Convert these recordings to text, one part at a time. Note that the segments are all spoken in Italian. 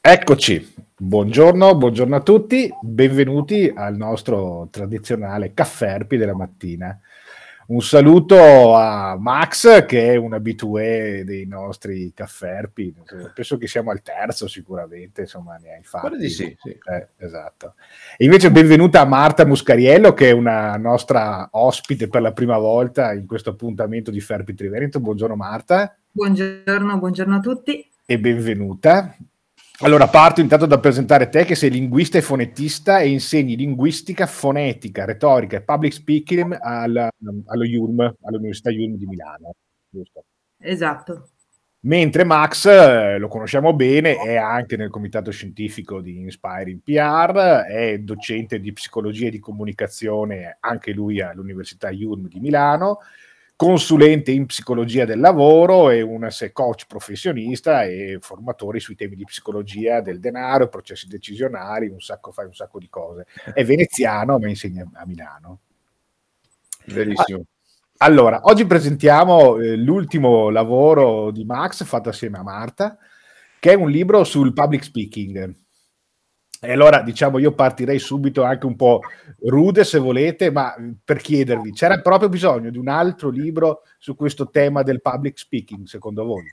Eccoci, buongiorno a tutti, benvenuti al nostro tradizionale Cafferpi della mattina. Un saluto a Max, che è un abitué dei nostri Cafferpi, penso che siamo al terzo sicuramente, insomma ne hai Guarda di fatti. sì. Esatto. E invece benvenuta a Marta Muscariello, che è una nostra ospite per la prima volta in questo appuntamento di Ferpi Triveneto. Buongiorno Marta. Buongiorno a tutti. E benvenuta. Allora, parto intanto da presentare te, che sei linguista e fonettista e insegni linguistica, fonetica, retorica e public speaking allo IULM, all'Università IULM di Milano. Giusto? Esatto. Mentre Max, lo conosciamo bene, è anche nel comitato scientifico di Inspiring PR, è docente di psicologia e di comunicazione, anche lui all'Università IULM di Milano, consulente in psicologia del lavoro e un coach professionista e formatore sui temi di psicologia del denaro, processi decisionali, fa un sacco di cose. È veneziano, ma insegna a Milano. Verissimo. Allora, oggi presentiamo l'ultimo lavoro di Max fatto assieme a Marta, che è un libro sul public speaking. E allora, diciamo, io partirei subito anche un po' rude, se volete, ma per chiedervi, c'era proprio bisogno di un altro libro su questo tema del public speaking, secondo voi?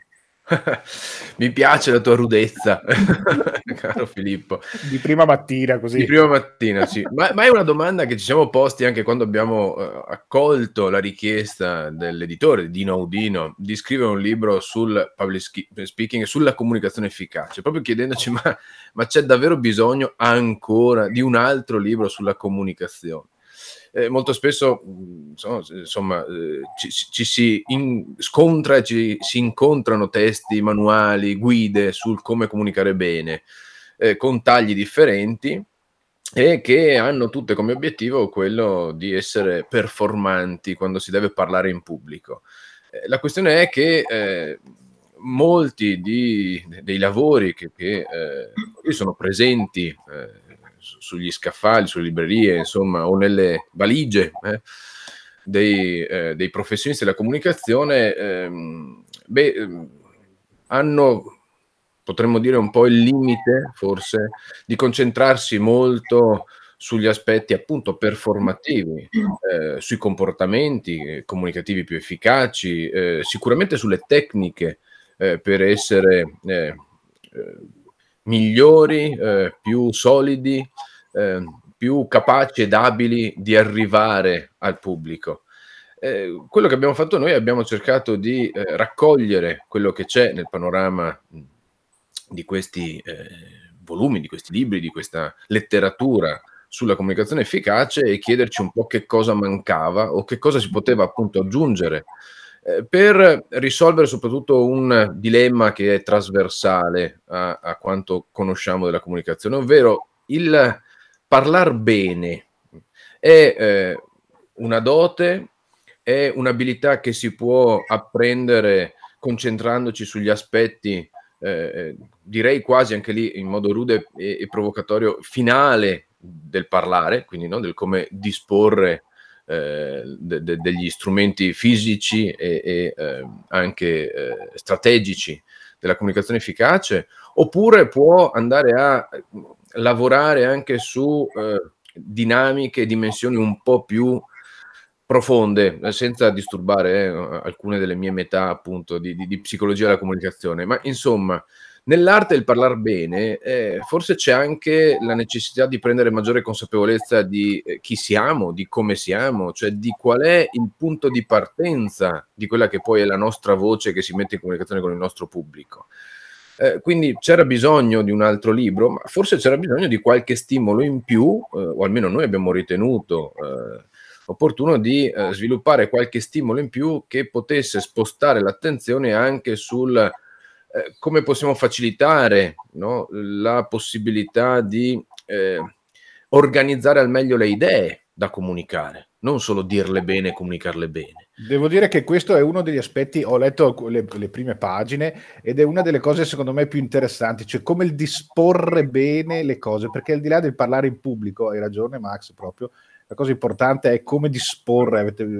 Mi piace la tua rudezza, caro Filippo. Di prima mattina, così. Di prima mattina, sì. Ma è una domanda che ci siamo posti anche quando abbiamo accolto la richiesta dell'editore Dino Audino di scrivere un libro sul public speaking e sulla comunicazione efficace, proprio chiedendoci ma c'è davvero bisogno ancora di un altro libro sulla comunicazione? Molto spesso insomma ci si scontra, si incontrano testi, manuali, guide sul come comunicare bene, con tagli differenti e che hanno tutte come obiettivo quello di essere performanti quando si deve parlare in pubblico. La questione è che molti dei lavori che sono presenti sugli scaffali, sulle librerie, insomma, o nelle valigie dei professionisti della comunicazione, hanno, potremmo dire, un po' il limite, forse, di concentrarsi molto sugli aspetti appunto performativi, sui comportamenti comunicativi più efficaci, sicuramente sulle tecniche per essere migliori, più solidi, più capaci ed abili di arrivare al pubblico. Quello che abbiamo fatto noi, abbiamo cercato di raccogliere quello che c'è nel panorama di questi volumi, di questi libri, di questa letteratura sulla comunicazione efficace e chiederci un po' che cosa mancava o che cosa si poteva appunto aggiungere per risolvere soprattutto un dilemma che è trasversale a quanto conosciamo della comunicazione, ovvero il parlar bene è una dote, è un'abilità che si può apprendere concentrandoci sugli aspetti, direi quasi anche lì in modo rude e provocatorio, finale del parlare, quindi no, del come disporre degli strumenti fisici e anche strategici della comunicazione efficace, oppure può andare a lavorare anche su dinamiche e dimensioni un po' più profonde, senza disturbare alcune delle mie metà appunto di psicologia della comunicazione, ma insomma nell'arte del parlar bene forse c'è anche la necessità di prendere maggiore consapevolezza di chi siamo, di come siamo, cioè di qual è il punto di partenza di quella che poi è la nostra voce che si mette in comunicazione con il nostro pubblico. Quindi c'era bisogno di un altro libro, ma forse c'era bisogno di qualche stimolo in più, o almeno noi abbiamo ritenuto opportuno di sviluppare qualche stimolo in più che potesse spostare l'attenzione anche sul come possiamo facilitare, no, la possibilità di organizzare al meglio le idee da comunicare, non solo dirle bene e comunicarle bene. Devo dire che questo è uno degli aspetti, ho letto le prime pagine ed è una delle cose secondo me più interessanti, cioè come il disporre bene le cose, perché al di là del parlare in pubblico, hai ragione Max, proprio la cosa importante è come disporre,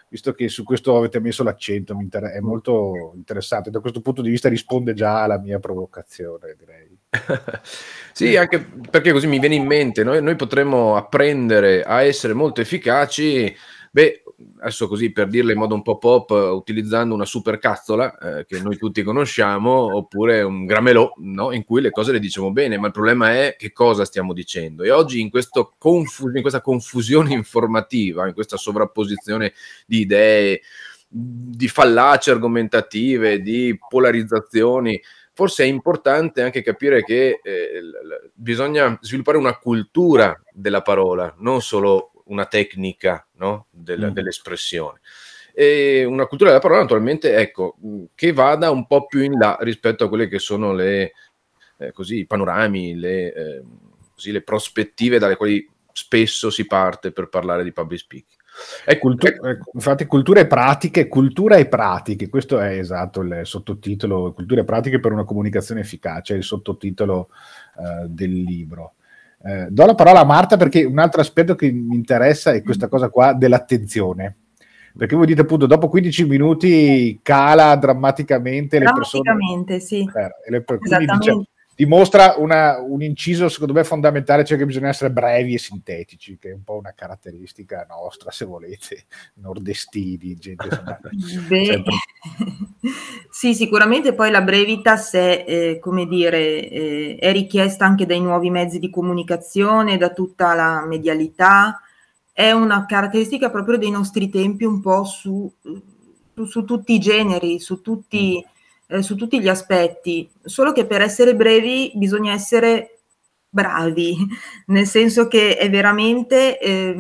visto che su questo avete messo l'accento, è molto interessante. Da questo punto di vista risponde già alla mia provocazione, direi. Sì, anche perché così mi viene in mente, noi potremmo apprendere a essere molto efficaci, adesso così per dirla in modo un po' pop, utilizzando una supercazzola che noi tutti conosciamo, oppure un gramelò, no? In cui le cose le diciamo bene, ma il problema è che cosa stiamo dicendo. E oggi in questa confusione informativa, in questa sovrapposizione di idee, di fallaci argomentative, di polarizzazioni, forse è importante anche capire che bisogna sviluppare una cultura della parola, non solo una tecnica, no? Dell'espressione. E una cultura della parola, naturalmente, ecco, che vada un po' più in là rispetto a quelle che sono i panorami, le prospettive dalle quali spesso si parte per parlare di public speaking. Infatti cultura e pratiche, questo è esatto il sottotitolo, culture e pratiche per una comunicazione efficace, è il sottotitolo del libro. Do la parola a Marta perché un altro aspetto che mi interessa è questa cosa qua dell'attenzione, perché voi dite appunto dopo 15 minuti cala drammaticamente le persone, sì. Quindi dimostra un inciso secondo me fondamentale, cioè che bisogna essere brevi e sintetici, che è un po' una caratteristica nostra, se volete, nordestini, gente sempre... Sì, sicuramente poi la brevitas è, come dire, è richiesta anche dai nuovi mezzi di comunicazione, da tutta la medialità, è una caratteristica proprio dei nostri tempi, un po' su tutti i generi, su tutti gli aspetti, solo che per essere brevi bisogna essere bravi, nel senso che è veramente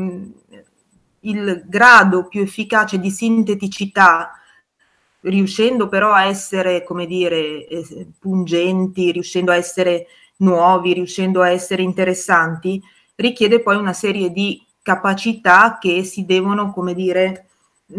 il grado più efficace di sinteticità, riuscendo però a essere, come dire, pungenti, riuscendo a essere nuovi, riuscendo a essere interessanti, richiede poi una serie di capacità che si devono, come dire,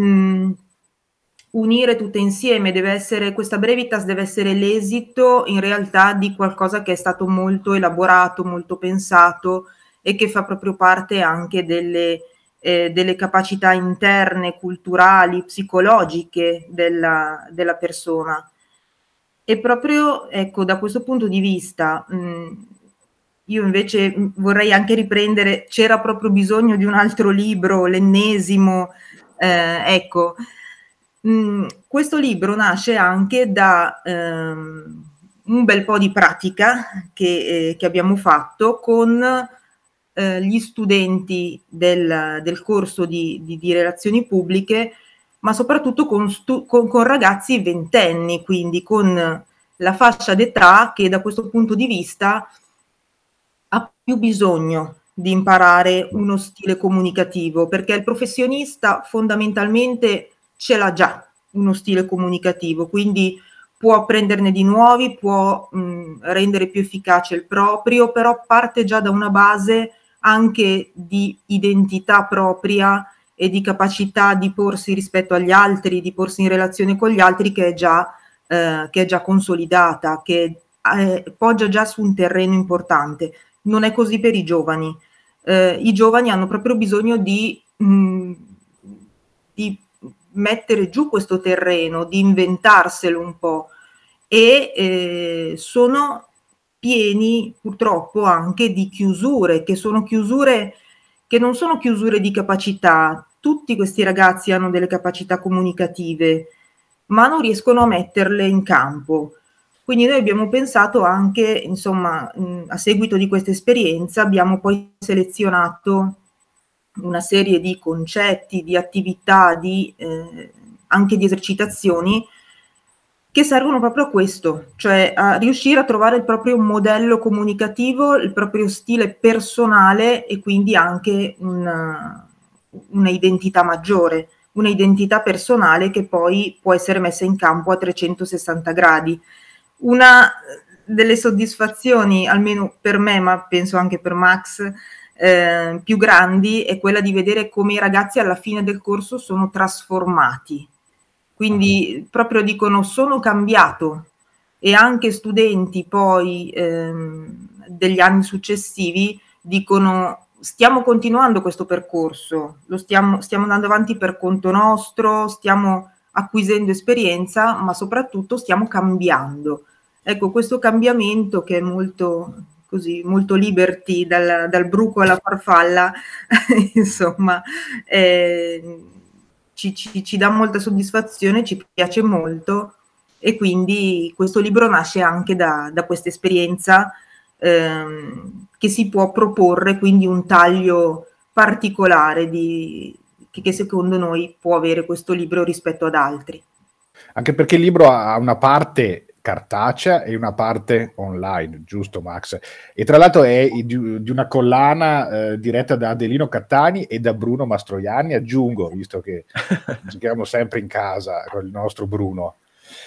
unire tutte insieme. Questa brevitas deve essere l'esito in realtà di qualcosa che è stato molto elaborato, molto pensato e che fa proprio parte anche delle capacità interne, culturali, psicologiche della persona. E proprio, ecco, da questo punto di vista, io invece vorrei anche riprendere, c'era proprio bisogno di un altro libro, l'ennesimo, ecco. Questo libro nasce anche da un bel po' di pratica che abbiamo fatto con gli studenti del corso di relazioni pubbliche, ma soprattutto con ragazzi ventenni, quindi con la fascia d'età che da questo punto di vista ha più bisogno di imparare uno stile comunicativo, perché il professionista fondamentalmente ce l'ha già uno stile comunicativo, quindi può prenderne di nuovi, può rendere più efficace il proprio, però parte già da una base anche di identità propria e di capacità di porsi rispetto agli altri, di porsi in relazione con gli altri che è già consolidata, che poggia già su un terreno importante. Non è così per i giovani. I giovani hanno proprio bisogno di mettere giù questo terreno, di inventarselo un po', e sono pieni purtroppo anche di chiusure, che non sono chiusure di capacità. Tutti questi ragazzi hanno delle capacità comunicative, ma non riescono a metterle in campo. Quindi noi abbiamo pensato anche, insomma, a seguito di questa esperienza, abbiamo poi selezionato una serie di concetti, di attività, anche di esercitazioni che servono proprio a questo, cioè a riuscire a trovare il proprio modello comunicativo, il proprio stile personale e quindi anche una identità maggiore, una identità personale che poi può essere messa in campo a 360 gradi. Una delle soddisfazioni, almeno per me, ma penso anche per Max, più grandi, è quella di vedere come i ragazzi alla fine del corso sono trasformati. Quindi proprio dicono sono cambiato, e anche studenti poi degli anni successivi dicono stiamo continuando questo percorso, stiamo andando avanti per conto nostro, stiamo acquisendo esperienza, ma soprattutto stiamo cambiando. Ecco, questo cambiamento che è molto così, molto liberty, dal bruco alla farfalla, insomma, ci dà molta soddisfazione, ci piace molto, e quindi questo libro nasce anche da questa esperienza, che si può proporre, quindi un taglio particolare che secondo noi può avere questo libro rispetto ad altri. Anche perché il libro ha una parte cartacea e una parte online, giusto Max? E tra l'altro è di una collana diretta da Adelino Cattani e da Bruno Mastroianni, aggiungo, visto che giochiamo sempre in casa con il nostro Bruno.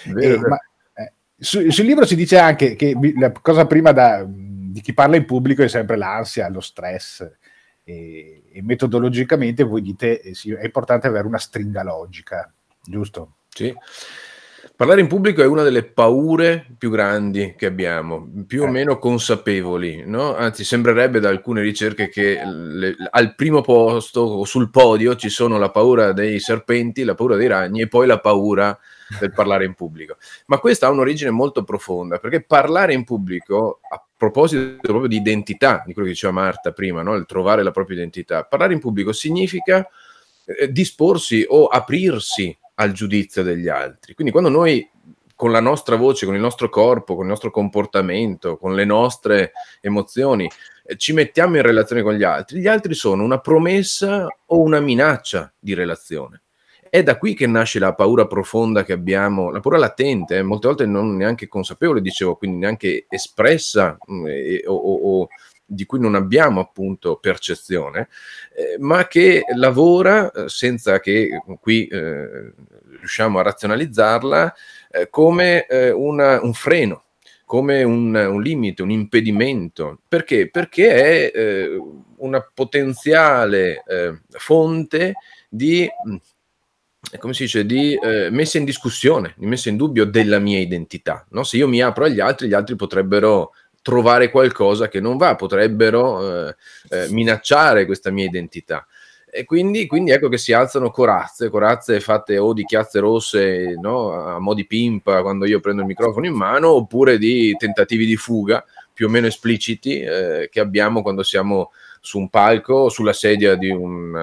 Sul libro si dice anche che la cosa prima di chi parla in pubblico è sempre l'ansia, lo stress, e metodologicamente voi dite sì, è importante avere una stringa logica, giusto? Sì. Parlare in pubblico è una delle paure più grandi che abbiamo, più o meno consapevoli, no? Anzi, sembrerebbe da alcune ricerche che al primo posto o sul podio ci sono la paura dei serpenti, la paura dei ragni e poi la paura del parlare in pubblico. Ma questa ha un'origine molto profonda, perché parlare in pubblico, a proposito proprio di identità, di quello che diceva Marta prima, no? Il trovare la propria identità, parlare in pubblico significa disporsi o aprirsi al giudizio degli altri. Quindi quando noi con la nostra voce, con il nostro corpo, con il nostro comportamento, con le nostre emozioni ci mettiamo in relazione con gli altri sono una promessa o una minaccia di relazione. È da qui che nasce la paura profonda che abbiamo, la paura latente, molte volte non neanche consapevole, dicevo, quindi neanche espressa o di cui non abbiamo appunto percezione, ma che lavora senza che qui riusciamo a razionalizzarla come un freno, come un limite, un impedimento. Perché? Perché è una potenziale fonte di, come si dice, di messa in discussione, di messa in dubbio della mia identità, no? Se io mi apro agli altri potrebbero trovare qualcosa che non va, potrebbero minacciare questa mia identità. E quindi ecco che si alzano corazze fatte o di chiazze rosse, no, a mo' di pimpa quando io prendo il microfono in mano, oppure di tentativi di fuga più o meno espliciti che abbiamo quando siamo su un palco, sulla sedia di un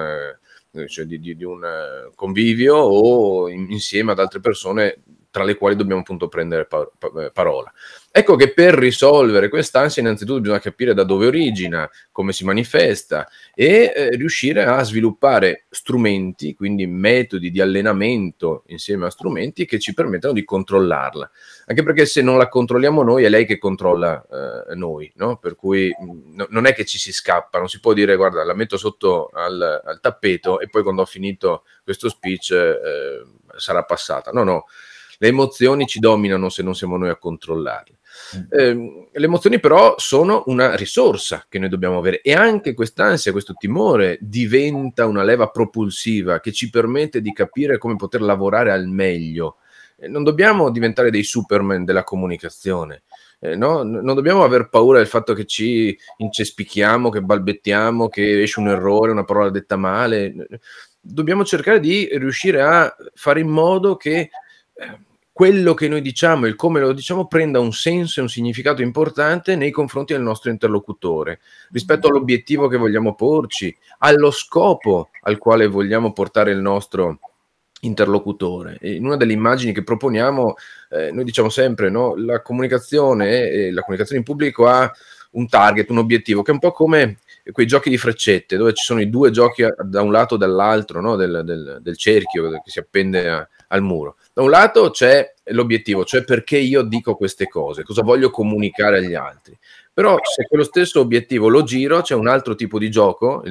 convivio o insieme ad altre persone tra le quali dobbiamo appunto prendere parola. Ecco che per risolvere quest'ansia innanzitutto bisogna capire da dove origina, come si manifesta e riuscire a sviluppare strumenti, quindi metodi di allenamento insieme a strumenti che ci permettano di controllarla. Anche perché se non la controlliamo noi è lei che controlla noi, no? Per cui non è che ci si scappa, non si può dire guarda la metto sotto al tappeto e poi quando ho finito questo speech sarà passata. No. Le emozioni ci dominano se non siamo noi a controllarle. Le emozioni però sono una risorsa che noi dobbiamo avere e anche quest'ansia, questo timore diventa una leva propulsiva che ci permette di capire come poter lavorare al meglio. Non dobbiamo diventare dei Superman della comunicazione. No? Non dobbiamo aver paura del fatto che ci incespichiamo, che balbettiamo, che esce un errore, una parola detta male. Dobbiamo cercare di riuscire a fare in modo che quello che noi diciamo e il come lo diciamo prenda un senso e un significato importante nei confronti del nostro interlocutore, rispetto all'obiettivo che vogliamo porci, allo scopo al quale vogliamo portare il nostro interlocutore. In una delle immagini che proponiamo noi diciamo sempre, no, la comunicazione in pubblico ha un target, un obiettivo che è un po' come quei giochi di freccette dove ci sono i due giochi da un lato e dall'altro, no, del cerchio che si appende al muro. Da un lato c'è l'obiettivo, cioè perché io dico queste cose, cosa voglio comunicare agli altri. Però se quello stesso obiettivo lo giro, c'è un altro tipo di gioco,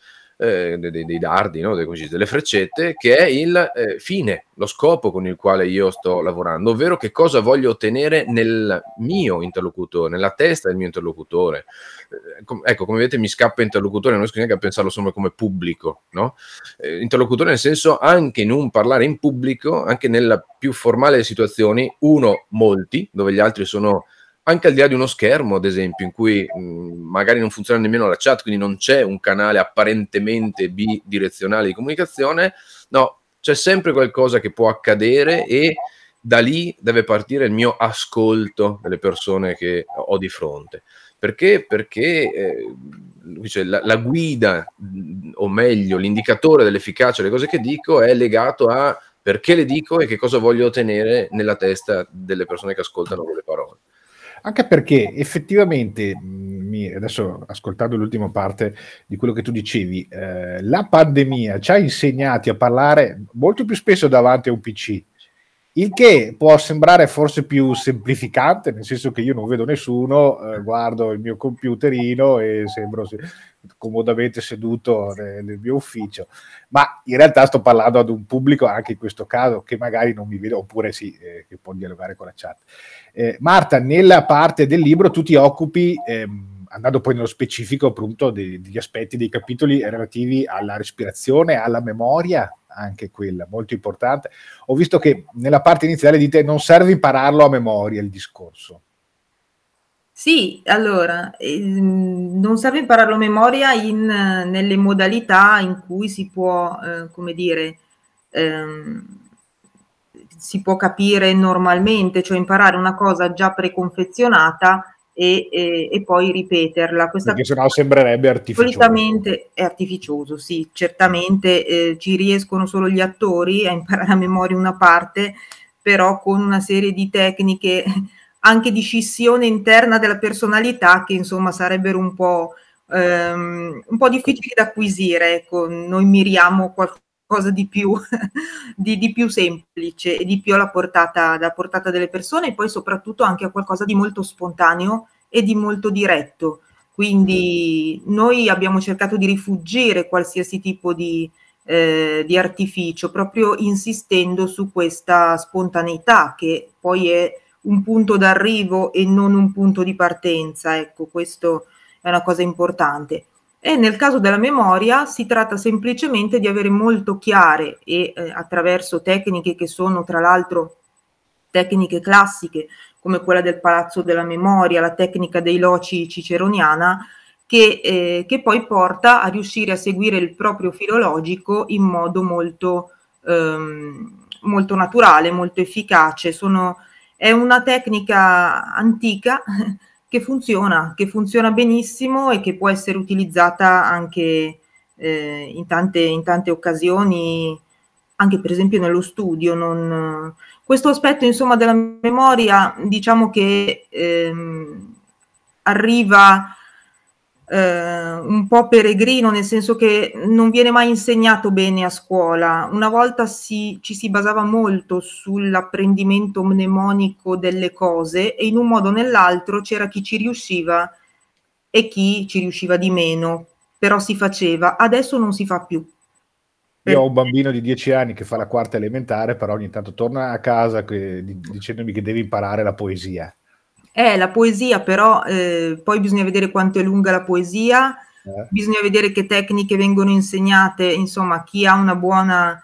dei dardi, no? Delle freccette, che è il fine, lo scopo con il quale io sto lavorando, ovvero che cosa voglio ottenere nel mio interlocutore, nella testa del mio interlocutore. Ecco, come vedete mi scappa interlocutore, non riesco neanche a pensarlo solo come pubblico, no? Interlocutore nel senso anche in un parlare in pubblico, anche nella più formale delle situazioni, molti, dove gli altri sono anche al di là di uno schermo, ad esempio, in cui magari non funziona nemmeno la chat, quindi non c'è un canale apparentemente bidirezionale di comunicazione, no, c'è sempre qualcosa che può accadere e da lì deve partire il mio ascolto delle persone che ho di fronte. Perché? Perché la guida, o meglio, l'indicatore dell'efficacia delle cose che dico è legato a perché le dico e che cosa voglio ottenere nella testa delle persone che ascoltano quelle parole. Anche perché effettivamente, adesso ascoltando l'ultima parte di quello che tu dicevi, la pandemia ci ha insegnati a parlare molto più spesso davanti a un PC, il che può sembrare forse più semplificante, nel senso che io non vedo nessuno, guardo il mio computerino e sembro comodamente seduto nel mio ufficio, ma in realtà sto parlando ad un pubblico, anche in questo caso, che magari non mi vede, oppure sì, che può dialogare con la chat. Marta, nella parte del libro tu ti occupi, andando poi nello specifico appunto degli aspetti dei capitoli relativi alla respirazione, alla memoria, anche quella molto importante. Ho visto che nella parte iniziale dite non serve impararlo a memoria il discorso. Sì, allora, non serve impararlo a memoria nelle modalità in cui si può, come dire, si può capire normalmente, cioè imparare una cosa già preconfezionata e poi ripeterla. Perché sennò sembrerebbe artificioso. Solitamente è artificioso, sì, certamente ci riescono solo gli attori a imparare a memoria una parte, però con una serie di tecniche anche di scissione interna della personalità che insomma sarebbero un po' difficili da acquisire. Ecco, noi miriamo qualcosa di più, di più semplice e di più alla portata delle persone, e poi soprattutto anche a qualcosa di molto spontaneo e di molto diretto. Quindi noi abbiamo cercato di rifuggire qualsiasi tipo di artificio, proprio insistendo su questa spontaneità che poi è un punto d'arrivo e non un punto di partenza. Ecco, questo è una cosa importante. E nel caso della memoria si tratta semplicemente di avere molto chiare e attraverso tecniche che sono tra l'altro tecniche classiche come quella del palazzo della memoria, la tecnica dei loci ciceroniana, che poi porta a riuscire a seguire il proprio filo logico in modo molto naturale, molto efficace. È una tecnica antica che funziona benissimo e che può essere utilizzata anche in tante occasioni, anche per esempio nello studio. Questo aspetto insomma della memoria, diciamo che arriva un po' peregrino, nel senso che non viene mai insegnato bene a scuola. Una volta ci si basava molto sull'apprendimento mnemonico delle cose e in un modo o nell'altro c'era chi ci riusciva e chi ci riusciva di meno, però si faceva. Adesso non si fa più. Io ho un bambino di 10 anni che fa la quarta elementare, però ogni tanto torna a casa dicendomi che deve imparare la poesia. La poesia, però poi bisogna vedere quanto è lunga la poesia, bisogna vedere che tecniche vengono insegnate. Insomma, chi ha una buona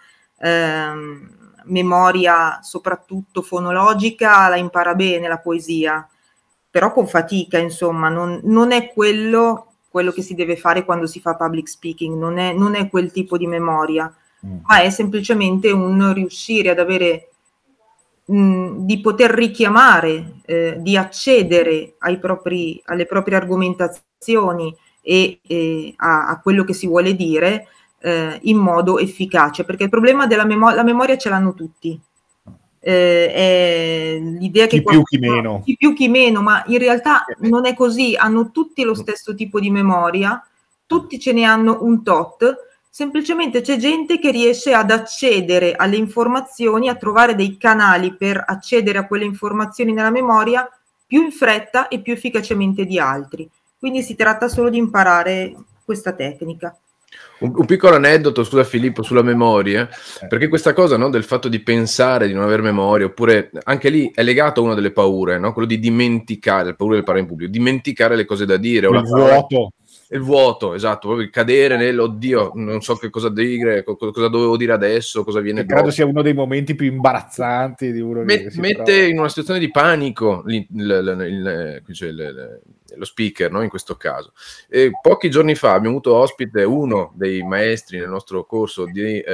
memoria, soprattutto fonologica, la impara bene la poesia, però con fatica, insomma, non è quello che si deve fare quando si fa public speaking, non è quel tipo di memoria, ma è semplicemente un riuscire ad avere, di poter richiamare, di accedere alle proprie argomentazioni e a quello che si vuole dire in modo efficace, perché il problema della la memoria ce l'hanno tutti. È l'idea che chi più chi meno, ma in realtà non è così, hanno tutti lo stesso tipo di memoria, tutti ce ne hanno un tot, semplicemente c'è gente che riesce ad accedere alle informazioni, a trovare dei canali per accedere a quelle informazioni nella memoria più in fretta e più efficacemente di altri. Quindi si tratta solo di imparare questa tecnica. Un piccolo aneddoto, scusa Filippo, sulla memoria, perché questa cosa, no, del fatto di pensare di non avere memoria, oppure anche lì è legato a una delle paure, no? Quello di dimenticare, la paura del parlare in pubblico, dimenticare le cose da dire, o la vuoto. il vuoto, esatto, proprio cadere nell'oddio, non so che cosa dire, cosa dovevo dire adesso, cosa viene dopo. Credo sia uno dei momenti più imbarazzanti di uno che si Mette trova in una situazione di panico lo speaker, no? In questo caso. Pochi giorni fa abbiamo avuto ospite uno dei maestri nel nostro corso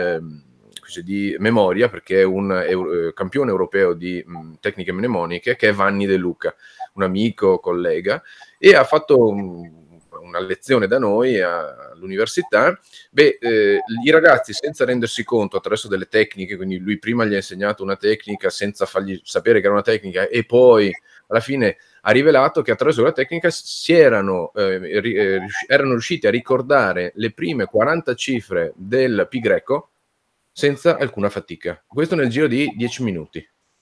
di memoria, perché è un campione europeo di tecniche mnemoniche, che è Vanni De Luca, un amico, collega, e ha fatto una lezione da noi all'università. I ragazzi, senza rendersi conto, attraverso delle tecniche, quindi lui prima gli ha insegnato una tecnica senza fargli sapere che era una tecnica, e poi alla fine ha rivelato che attraverso quella tecnica erano riusciti a ricordare le prime 40 cifre del pi greco senza alcuna fatica. Questo nel giro di 10 minuti.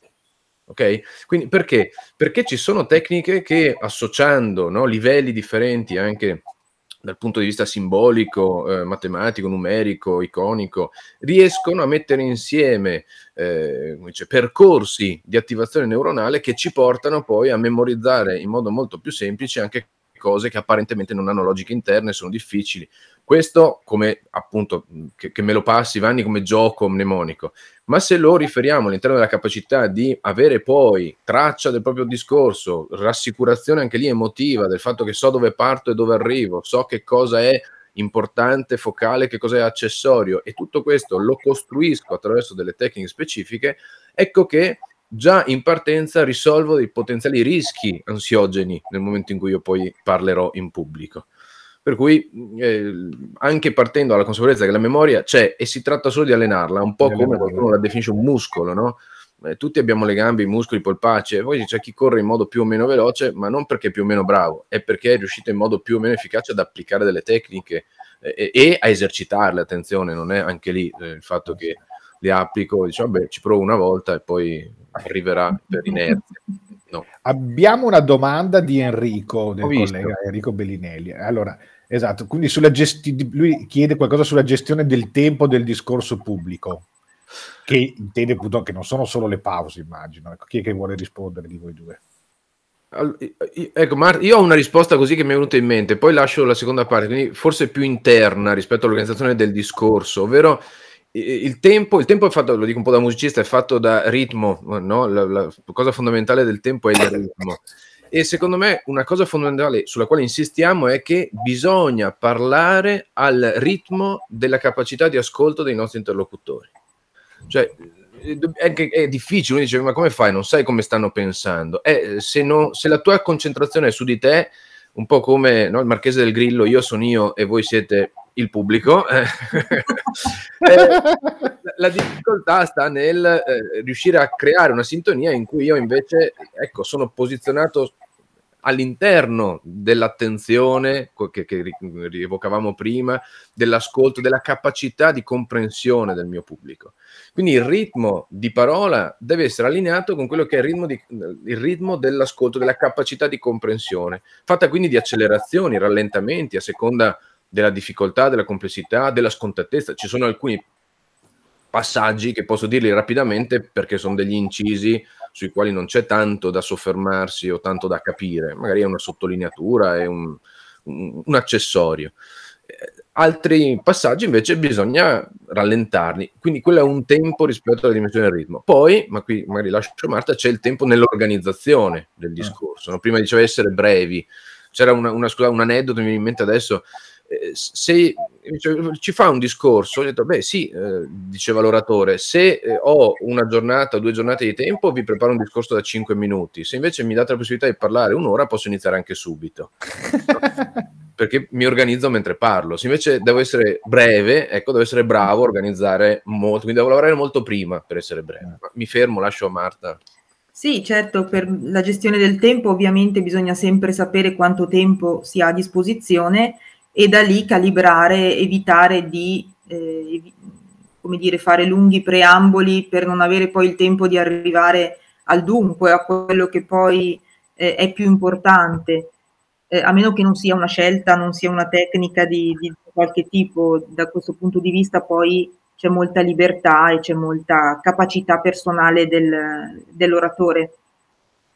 Ok? Quindi perché? Perché ci sono tecniche che, associando, no, livelli differenti anche dal punto di vista simbolico, matematico, numerico, iconico, riescono a mettere insieme percorsi di attivazione neuronale che ci portano poi a memorizzare in modo molto più semplice anche cose che apparentemente non hanno logica interna e sono difficili. Questo come appunto che me lo passi, Vanni, come gioco mnemonico, ma se lo riferiamo all'interno della capacità di avere poi traccia del proprio discorso, rassicurazione anche lì emotiva del fatto che so dove parto e dove arrivo, so che cosa è importante, focale, che cosa è accessorio, e tutto questo lo costruisco attraverso delle tecniche specifiche, ecco che già in partenza risolvo dei potenziali rischi ansiogeni nel momento in cui io poi parlerò in pubblico. Per cui anche partendo dalla consapevolezza che la memoria c'è e si tratta solo di allenarla, un po' come qualcuno la definisce un muscolo, no? Tutti abbiamo le gambe, i muscoli, i polpacci, e poi c'è chi corre in modo più o meno veloce, ma non perché è più o meno bravo, è perché è riuscito in modo più o meno efficace ad applicare delle tecniche e a esercitarle. Attenzione, non è anche lì il fatto che le applico, diciamo, beh, ci provo una volta e poi arriverà per inerzia. No. Abbiamo una domanda di Enrico, del collega Enrico Bellinelli. Allora, esatto, quindi lui chiede qualcosa sulla gestione del tempo del discorso pubblico, che intende appunto che non sono solo le pause, immagino. Ecco, chi è che vuole rispondere di voi due? Ecco, io ho una risposta così che mi è venuta in mente, poi lascio la seconda parte, quindi forse più interna rispetto all'organizzazione del discorso, ovvero il tempo è fatto, lo dico un po' da musicista, è fatto da ritmo, no? La cosa fondamentale del tempo è il ritmo. E secondo me una cosa fondamentale sulla quale insistiamo è che bisogna parlare al ritmo della capacità di ascolto dei nostri interlocutori. Cioè, è difficile, uno dice, ma come fai? Non sai come stanno pensando. Se la tua concentrazione è su di te, un po' come, no, il Marchese del Grillo, io sono io e voi siete il pubblico, la difficoltà sta nel riuscire a creare una sintonia in cui io invece, ecco, sono posizionato all'interno dell'attenzione che rievocavamo prima, dell'ascolto, della capacità di comprensione del mio pubblico. Quindi il ritmo di parola deve essere allineato con quello che è il ritmo dell'ascolto, della capacità di comprensione, fatta quindi di accelerazioni, rallentamenti a seconda della difficoltà, della complessità, della scontatezza. Ci sono alcuni passaggi che posso dirli rapidamente perché sono degli incisi sui quali non c'è tanto da soffermarsi o tanto da capire, magari è una sottolineatura, è un accessorio. Altri passaggi invece bisogna rallentarli, quindi quello è un tempo rispetto alla dimensione del ritmo. Poi, ma qui magari lascio Marta, c'è il tempo nell'organizzazione del discorso, no? Prima diceva essere brevi, c'era un aneddoto, mi viene in mente adesso. Se ci fa un discorso, ho detto, beh sì, diceva l'oratore, se ho una giornata o 2 giornate di tempo vi preparo un discorso da 5 minuti, se invece mi date la possibilità di parlare un'ora posso iniziare anche subito, perché mi organizzo mentre parlo. Se invece devo essere breve, ecco, devo essere bravo a organizzare molto, quindi devo lavorare molto prima per essere breve. Ma mi fermo, lascio a Marta. Sì, certo, per la gestione del tempo ovviamente bisogna sempre sapere quanto tempo si ha a disposizione e da lì calibrare, evitare di come dire, fare lunghi preamboli per non avere poi il tempo di arrivare al dunque, a quello che poi è più importante, a meno che non sia una scelta, non sia una tecnica di qualche tipo. Da questo punto di vista poi c'è molta libertà e c'è molta capacità personale dell'oratore.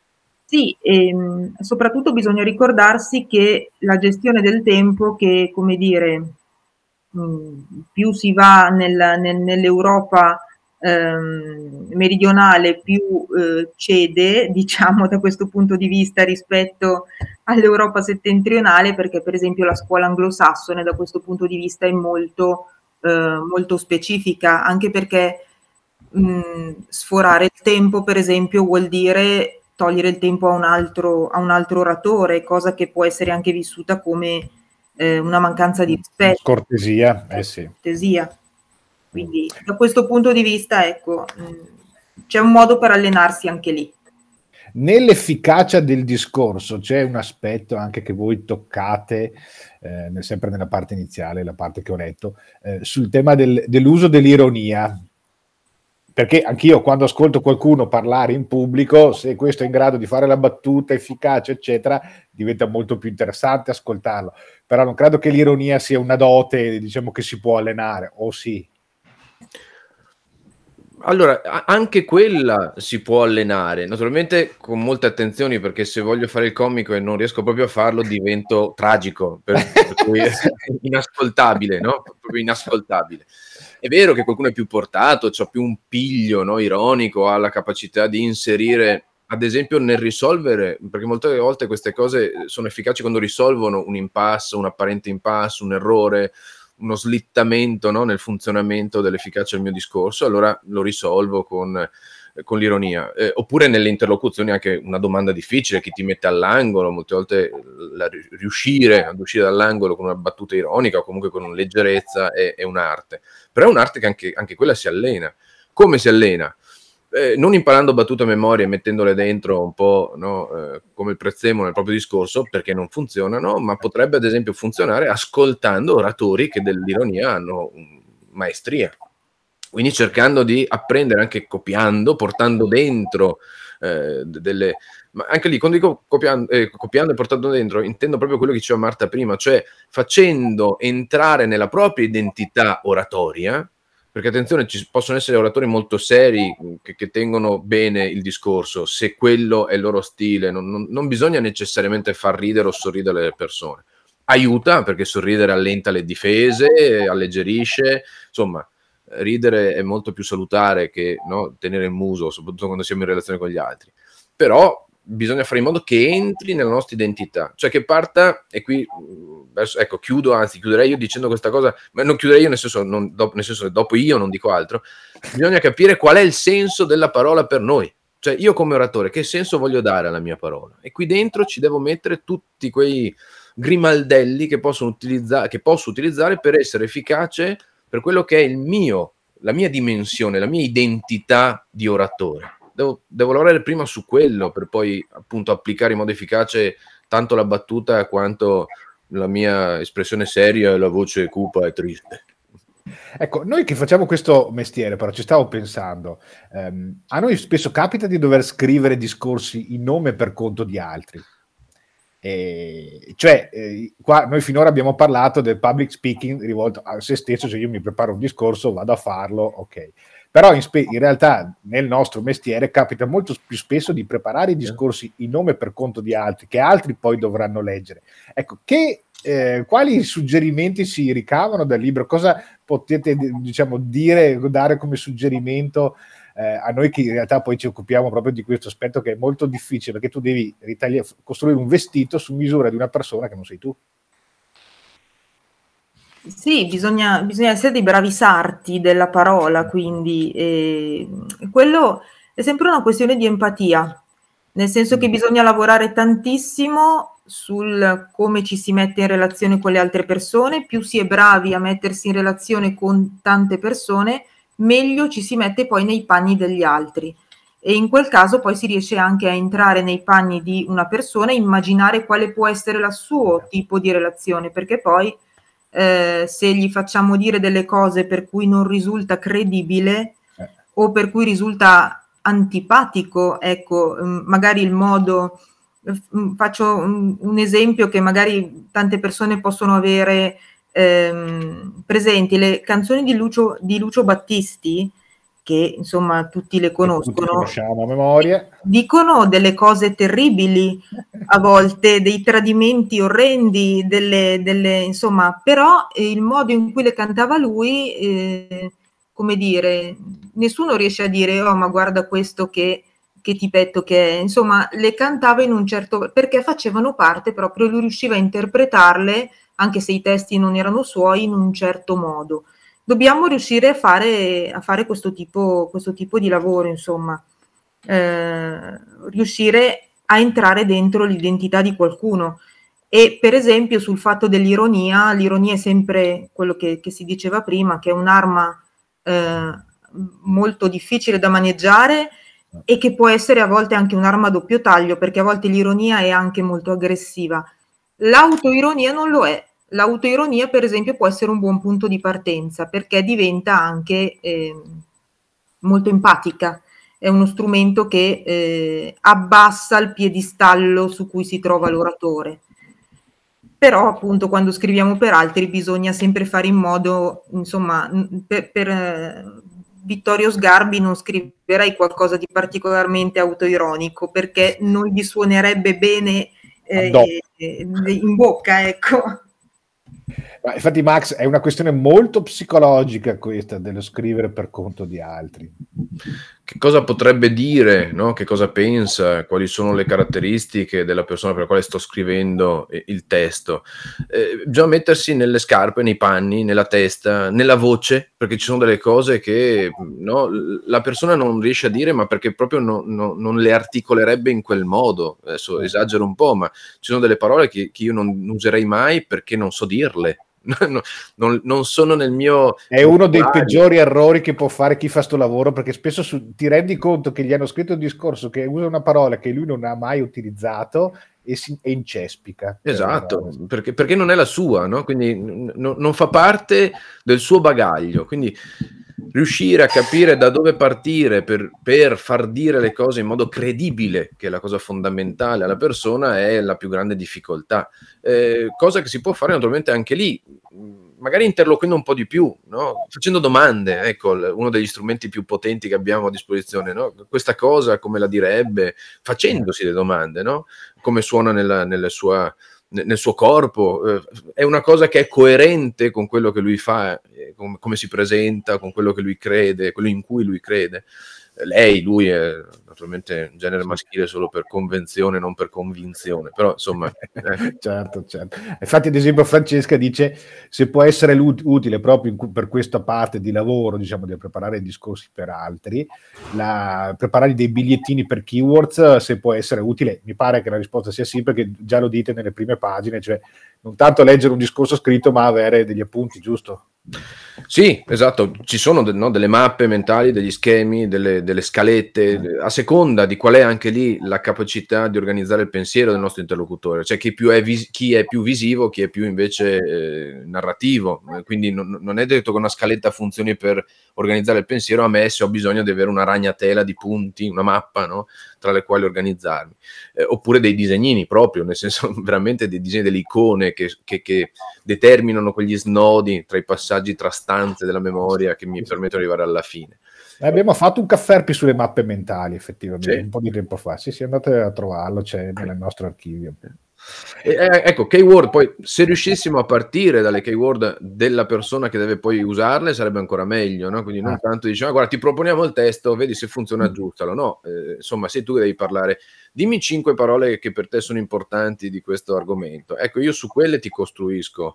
Sì, soprattutto bisogna ricordarsi che la gestione del tempo che, come dire, più si va nell'Europa meridionale, più cede, diciamo, da questo punto di vista rispetto all'Europa settentrionale, perché per esempio la scuola anglosassone da questo punto di vista è molto, molto specifica, anche perché sforare il tempo, per esempio, vuol dire togliere il tempo a un altro oratore, cosa che può essere anche vissuta come una mancanza di rispetto. Scortesia, sì. Cortesia. Quindi da questo punto di vista, ecco, c'è un modo per allenarsi anche lì. Nell'efficacia del discorso c'è un aspetto anche che voi toccate, sempre nella parte iniziale, la parte che ho letto, sul tema dell'uso dell'ironia. Perché anch'io quando ascolto qualcuno parlare in pubblico, se questo è in grado di fare la battuta efficace, eccetera, diventa molto più interessante ascoltarlo. Però non credo che l'ironia sia una dote, diciamo, che si può allenare, o sì? Allora, anche quella si può allenare, naturalmente con molte attenzioni, perché se voglio fare il comico e non riesco proprio a farlo, divento tragico, per cui inascoltabile, no? Proprio inascoltabile. È vero che qualcuno è più portato, c'ha più un piglio, no, ironico, ha la capacità di inserire, ad esempio, nel risolvere, perché molte volte queste cose sono efficaci quando risolvono un impasse, un apparente impasse, un errore, uno slittamento, no, nel funzionamento dell'efficacia del mio discorso, allora lo risolvo con l'ironia. Oppure nelle interlocuzioni anche una domanda difficile, chi ti mette all'angolo, molte volte riuscire ad uscire dall'angolo con una battuta ironica o comunque con leggerezza è un'arte. Però è un'arte che anche quella si allena. Come si allena? Non imparando battute a memoria e mettendole dentro un po', no, come il prezzemolo nel proprio discorso, perché non funzionano, ma potrebbe ad esempio funzionare ascoltando oratori che dell'ironia hanno maestria. Quindi cercando di apprendere, anche copiando, portando dentro delle... Ma anche lì, quando dico copiando e portando dentro, intendo proprio quello che diceva Marta prima, cioè facendo entrare nella propria identità oratoria, perché attenzione, ci possono essere oratori molto seri che tengono bene il discorso, se quello è il loro stile, non bisogna necessariamente far ridere o sorridere le persone. Aiuta, perché sorridere allenta le difese, alleggerisce, insomma, ridere è molto più salutare che, no, tenere il muso, soprattutto quando siamo in relazione con gli altri. Però bisogna fare in modo che entri nella nostra identità, cioè che parta, e qui ecco, chiuderei io dicendo questa cosa, ma non chiuderei io nel senso che dopo io non dico altro. Bisogna capire qual è il senso della parola per noi, cioè io come oratore che senso voglio dare alla mia parola, e qui dentro ci devo mettere tutti quei grimaldelli che posso utilizzare per essere efficace per quello che è la mia dimensione, la mia identità di oratore. Devo lavorare prima su quello per poi appunto applicare in modo efficace tanto la battuta quanto la mia espressione seria e la voce cupa e triste. Ecco, noi che facciamo questo mestiere, però ci stavo pensando, a noi spesso capita di dover scrivere discorsi in nome per conto di altri. Qua noi finora abbiamo parlato del public speaking rivolto a se stesso, cioè io mi preparo un discorso, vado a farlo, ok. Però in realtà nel nostro mestiere capita molto più spesso di preparare i discorsi in nome per conto di altri, che altri poi dovranno leggere. Ecco, quali suggerimenti si ricavano dal libro? Cosa potete, diciamo, dare come suggerimento a noi che in realtà poi ci occupiamo proprio di questo aspetto, che è molto difficile, perché tu devi costruire un vestito su misura di una persona che non sei tu. Sì, bisogna essere dei bravi sarti della parola, quindi quello è sempre una questione di empatia, nel senso che bisogna lavorare tantissimo sul come ci si mette in relazione con le altre persone. Più si è bravi a mettersi in relazione con tante persone, meglio ci si mette poi nei panni degli altri, e in quel caso poi si riesce anche a entrare nei panni di una persona e immaginare quale può essere il suo tipo di relazione, perché poi se gli facciamo dire delle cose per cui non risulta credibile o per cui risulta antipatico, ecco, magari il modo, faccio un esempio che magari tante persone possono avere presenti, le canzoni di Lucio Battisti che insomma tutti le conoscono, tutti conosciamo a memoria, dicono delle cose terribili, a volte dei tradimenti orrendi, insomma, però il modo in cui le cantava lui, come dire, nessuno riesce a dire oh ma guarda questo che tipetto che è, insomma le cantava in un certo, perché facevano parte proprio, lui riusciva a interpretarle anche se i testi non erano suoi in un certo modo. Dobbiamo riuscire a fare questo tipo di lavoro, insomma, riuscire a entrare dentro l'identità di qualcuno. E per esempio sul fatto dell'ironia, l'ironia è sempre quello che si diceva prima, che è un'arma molto difficile da maneggiare e che può essere a volte anche un'arma a doppio taglio, perché a volte l'ironia è anche molto aggressiva. L'autoironia non lo è. L'autoironia, per esempio, può essere un buon punto di partenza perché diventa anche molto empatica. È uno strumento che abbassa il piedistallo su cui si trova l'oratore. Però, appunto, quando scriviamo per altri bisogna sempre fare in modo, insomma, per Vittorio Sgarbi non scriverei qualcosa di particolarmente autoironico perché non gli suonerebbe bene in bocca, ecco. Ma infatti, Max, è una questione molto psicologica questa dello scrivere per conto di altri. Che cosa potrebbe dire, no? Che cosa pensa, quali sono le caratteristiche della persona per la quale sto scrivendo il testo. Bisogna mettersi nelle scarpe, nei panni, nella testa, nella voce, perché ci sono delle cose che no, la persona non riesce a dire, ma perché proprio non le articolerebbe in quel modo. Adesso esagero un po', ma ci sono delle parole che io non userei mai perché non so dirle. Non sono nel mio... È uno dei peggiori errori che può fare chi fa sto lavoro, perché spesso ti rendi conto che gli hanno scritto un discorso che usa una parola che lui non ha mai utilizzato e incespica. Esatto, perché non è la sua, no? Quindi non fa parte del suo bagaglio, quindi riuscire a capire da dove partire per far dire le cose in modo credibile, che è la cosa fondamentale alla persona, è la più grande difficoltà. Cosa che si può fare naturalmente anche lì, magari interloquendo un po' di più, no? Facendo domande, ecco, uno degli strumenti più potenti che abbiamo a disposizione, no? Questa cosa come la direbbe, facendosi le domande, no? Come suona nel suo corpo, è una cosa che è coerente con quello che lui fa, come si presenta, con quello che lui crede, quello in cui lui crede. Lui è naturalmente un genere maschile solo per convenzione, non per convinzione, però insomma... certo. Infatti, ad esempio, Francesca dice se può essere utile proprio per questa parte di lavoro, diciamo, di preparare discorsi per altri, preparare dei bigliettini per keywords, se può essere utile. Mi pare che la risposta sia sì, perché già lo dite nelle prime pagine, cioè non tanto leggere un discorso scritto, ma avere degli appunti, giusto? Sì, esatto, ci sono delle mappe mentali, degli schemi, delle scalette, a seconda di qual è anche lì la capacità di organizzare il pensiero del nostro interlocutore, cioè chi è più visivo, chi è più invece narrativo, quindi non è detto che una scaletta funzioni per organizzare il pensiero, a me se ho bisogno di avere una ragnatela di punti, una mappa, no? Tra le quali organizzarmi, oppure dei disegnini proprio, nel senso veramente dei disegni, delle icone che determinano quegli snodi tra i passaggi tra stanze della memoria che mi permettono di arrivare alla fine. Abbiamo fatto un caffè sulle mappe mentali, effettivamente, sì. Un po' di tempo fa. Sì, andate a trovarlo, c'è nel nostro archivio. Ecco, keyword, poi se riuscissimo a partire dalle keyword della persona che deve poi usarle sarebbe ancora meglio, no? Quindi non tanto diciamo guarda ti proponiamo il testo, vedi se funziona, aggiustalo, no? Insomma, sei tu che devi parlare, dimmi 5 parole che per te sono importanti di questo argomento, ecco, io su quelle ti costruisco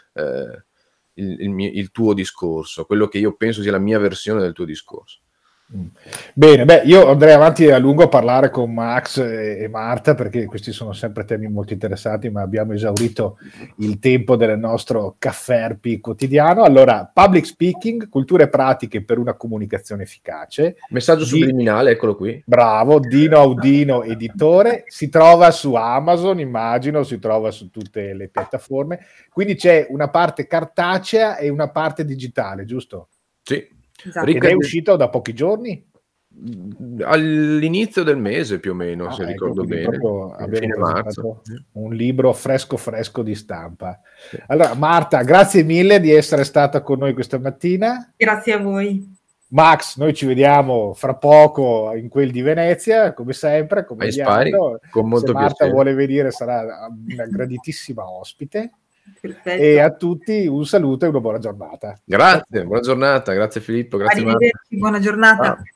il tuo discorso, quello che io penso sia la mia versione del tuo discorso. Bene, io andrei avanti a lungo a parlare con Max e Marta, perché questi sono sempre temi molto interessanti, ma abbiamo esaurito il tempo del nostro Cafferpi quotidiano. Allora, public speaking, culture pratiche per una comunicazione efficace. Messaggio subliminale, eccolo qui. Bravo, Dino Audino, editore, si trova su Amazon, immagino, si trova su tutte le piattaforme, quindi c'è una parte cartacea e una parte digitale, giusto? Sì. Esatto. Ed è uscito da pochi giorni? All'inizio del mese più o meno, se ricordo bene, abbiamo presentato un libro fresco di stampa. Allora, Marta, grazie mille di essere stata con noi questa mattina. Grazie a voi. Max, noi ci vediamo fra poco in quel di Venezia, come sempre, come con molto se Marta piacere. vuole venire sarà una graditissima ospite. Perfetto. E a tutti un saluto e una buona giornata. Grazie, buona giornata, grazie Filippo, grazie Marta. Arrivederci, buona giornata. Ciao.